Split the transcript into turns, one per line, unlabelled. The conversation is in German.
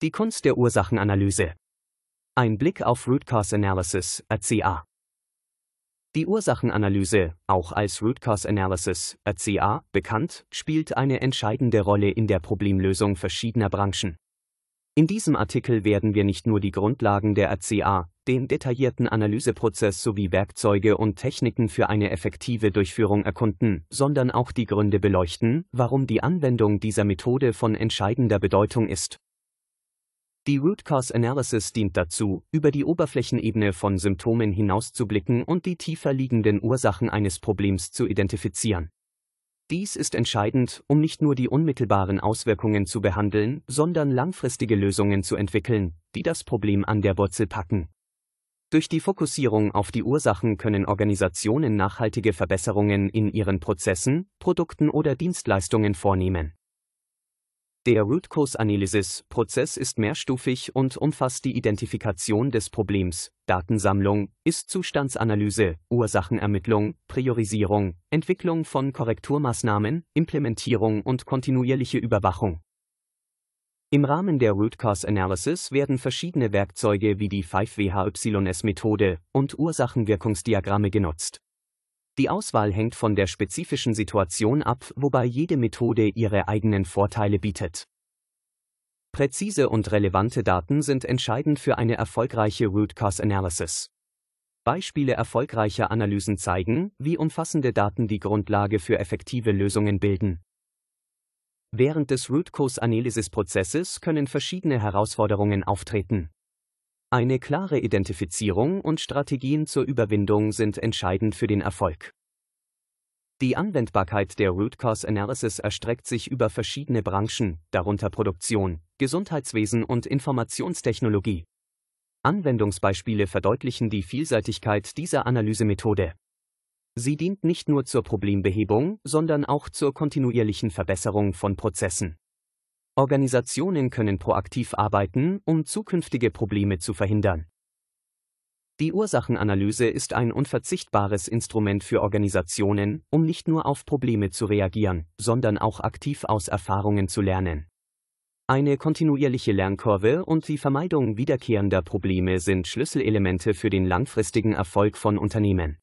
Die Kunst der Ursachenanalyse. Ein Blick auf Root Cause Analysis, RCA. Die Ursachenanalyse, auch als Root Cause Analysis, RCA, bekannt, spielt eine entscheidende Rolle in der Problemlösung verschiedener Branchen. In diesem Artikel werden wir nicht nur die Grundlagen der RCA, den detaillierten Analyseprozess sowie Werkzeuge und Techniken für eine effektive Durchführung erkunden, sondern auch die Gründe beleuchten, warum die Anwendung dieser Methode von entscheidender Bedeutung ist. Die Root Cause Analysis dient dazu, über die Oberflächenebene von Symptomen hinauszublicken und die tiefer liegenden Ursachen eines Problems zu identifizieren. Dies ist entscheidend, um nicht nur die unmittelbaren Auswirkungen zu behandeln, sondern langfristige Lösungen zu entwickeln, die das Problem an der Wurzel packen. Durch die Fokussierung auf die Ursachen können Organisationen nachhaltige Verbesserungen in ihren Prozessen, Produkten oder Dienstleistungen vornehmen. Der Root Cause Analysis Prozess ist mehrstufig und umfasst die Identifikation des Problems, Datensammlung, Ist-Zustandsanalyse, Ursachenermittlung, Priorisierung, Entwicklung von Korrekturmaßnahmen, Implementierung und kontinuierliche Überwachung. Im Rahmen der Root Cause Analysis werden verschiedene Werkzeuge wie die 5WHYS-Methode und Ursachenwirkungsdiagramme genutzt. Die Auswahl hängt von der spezifischen Situation ab, wobei jede Methode ihre eigenen Vorteile bietet. Präzise und relevante Daten sind entscheidend für eine erfolgreiche Root Cause Analysis. Beispiele erfolgreicher Analysen zeigen, wie umfassende Daten die Grundlage für effektive Lösungen bilden. Während des Root Cause Analysis-Prozesses können verschiedene Herausforderungen auftreten. Eine klare Identifizierung und Strategien zur Überwindung sind entscheidend für den Erfolg. Die Anwendbarkeit der Root Cause Analysis erstreckt sich über verschiedene Branchen, darunter Produktion, Gesundheitswesen und Informationstechnologie. Anwendungsbeispiele verdeutlichen die Vielseitigkeit dieser Analysemethode. Sie dient nicht nur zur Problembehebung, sondern auch zur kontinuierlichen Verbesserung von Prozessen. Organisationen können proaktiv arbeiten, um zukünftige Probleme zu verhindern. Die Ursachenanalyse ist ein unverzichtbares Instrument für Organisationen, um nicht nur auf Probleme zu reagieren, sondern auch aktiv aus Erfahrungen zu lernen. Eine kontinuierliche Lernkurve und die Vermeidung wiederkehrender Probleme sind Schlüsselelemente für den langfristigen Erfolg von Unternehmen.